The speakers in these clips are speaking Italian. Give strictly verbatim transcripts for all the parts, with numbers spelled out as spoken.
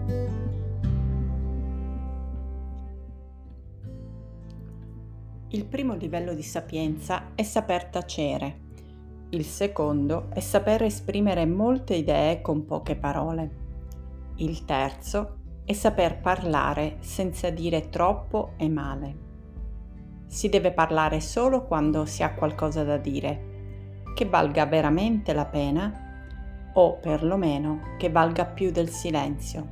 Il primo livello di sapienza è saper tacere. Il secondo è saper esprimere molte idee con poche parole. Il terzo è saper parlare senza dire troppo e male. Si deve parlare solo quando si ha qualcosa da dire, che valga veramente la pena o perlomeno che valga più del silenzio.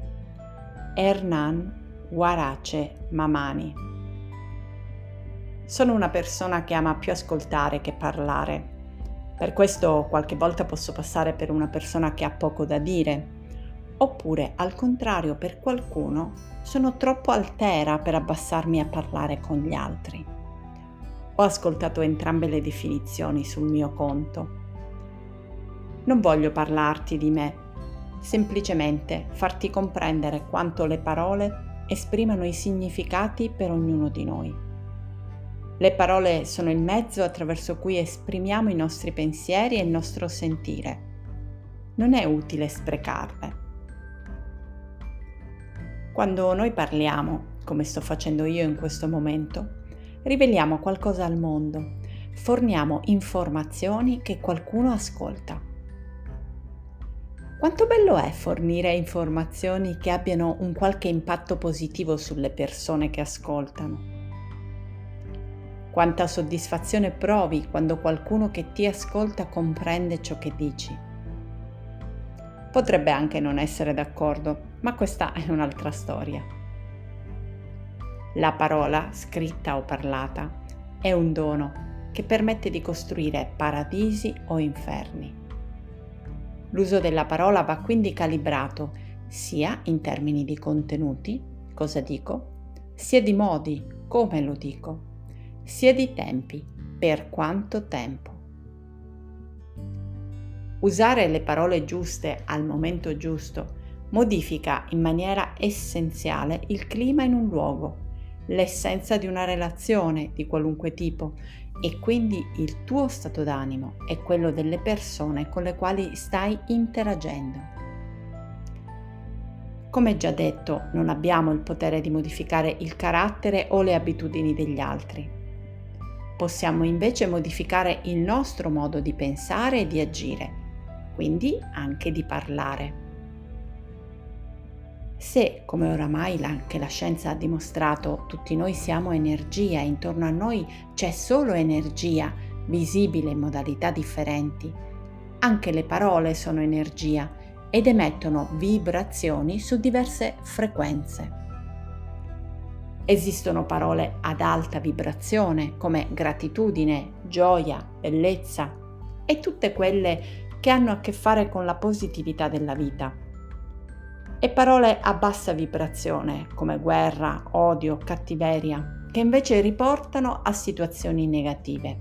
Hernan Huarache Mamani. Sono una persona che ama più ascoltare che parlare. Per questo qualche volta posso passare per una persona che ha poco da dire, oppure al contrario per qualcuno sono troppo altera per abbassarmi a parlare con gli altri. Ho ascoltato entrambe le definizioni sul mio conto. Non voglio parlarti di me, semplicemente farti comprendere quanto le parole esprimano i significati per ognuno di noi. Le parole sono il mezzo attraverso cui esprimiamo i nostri pensieri e il nostro sentire. Non è utile sprecarle. Quando noi parliamo, come sto facendo io in questo momento, riveliamo qualcosa al mondo, forniamo informazioni che qualcuno ascolta. Quanto bello è fornire informazioni che abbiano un qualche impatto positivo sulle persone che ascoltano. Quanta soddisfazione provi quando qualcuno che ti ascolta comprende ciò che dici. Potrebbe anche non essere d'accordo, ma questa è un'altra storia. La parola, scritta o parlata, è un dono che permette di costruire paradisi o inferni. L'uso della parola va quindi calibrato sia in termini di contenuti, cosa dico, sia di modi, come lo dico, sia di tempi, per quanto tempo. Usare le parole giuste al momento giusto modifica in maniera essenziale il clima in un luogo, l'essenza di una relazione di qualunque tipo e quindi il tuo stato d'animo e quello delle persone con le quali stai interagendo. Come già detto, non abbiamo il potere di modificare il carattere o le abitudini degli altri. Possiamo invece modificare il nostro modo di pensare e di agire, quindi anche di parlare. Se, come oramai anche la scienza ha dimostrato, tutti noi siamo energia e intorno a noi c'è solo energia, visibile in modalità differenti, anche le parole sono energia ed emettono vibrazioni su diverse frequenze. Esistono parole ad alta vibrazione come gratitudine, gioia, bellezza e tutte quelle che hanno a che fare con la positività della vita. E parole a bassa vibrazione come guerra, odio, cattiveria, che invece riportano a situazioni negative.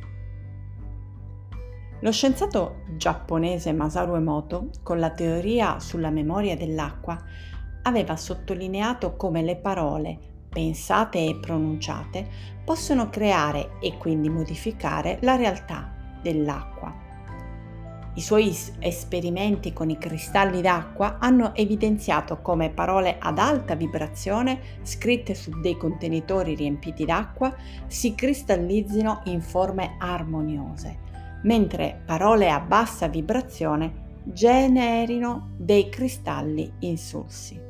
Lo scienziato giapponese Masaru Emoto, con la teoria sulla memoria dell'acqua, aveva sottolineato come le parole pensate e pronunciate possono creare e quindi modificare la realtà dell'acqua. I suoi esperimenti con i cristalli d'acqua hanno evidenziato come parole ad alta vibrazione scritte su dei contenitori riempiti d'acqua si cristallizzino in forme armoniose, mentre parole a bassa vibrazione generino dei cristalli insulsi.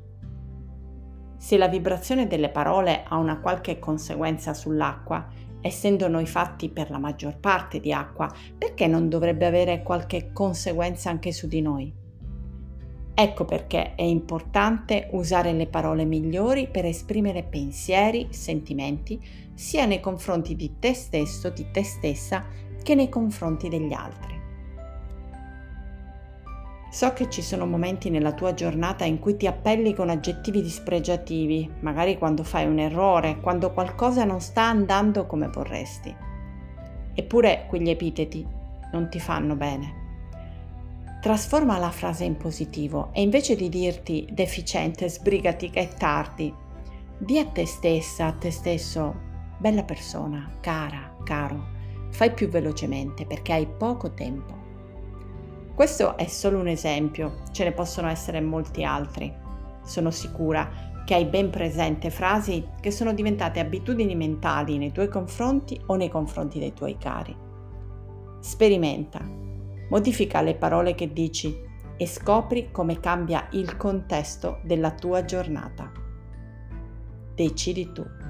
Se la vibrazione delle parole ha una qualche conseguenza sull'acqua, essendo noi fatti per la maggior parte di acqua, perché non dovrebbe avere qualche conseguenza anche su di noi? Ecco perché è importante usare le parole migliori per esprimere pensieri, sentimenti, sia nei confronti di te stesso, di te stessa, che nei confronti degli altri. So che ci sono momenti nella tua giornata in cui ti appelli con aggettivi dispregiativi, magari quando fai un errore, quando qualcosa non sta andando come vorresti. Eppure quegli epiteti non ti fanno bene. Trasforma la frase in positivo e invece di dirti deficiente, sbrigati che è tardi, di a te stessa, a te stesso, bella persona, cara, caro, fai più velocemente perché hai poco tempo. Questo è solo un esempio, ce ne possono essere molti altri. Sono sicura che hai ben presente frasi che sono diventate abitudini mentali nei tuoi confronti o nei confronti dei tuoi cari. Sperimenta, modifica le parole che dici e scopri come cambia il contesto della tua giornata. Decidi tu.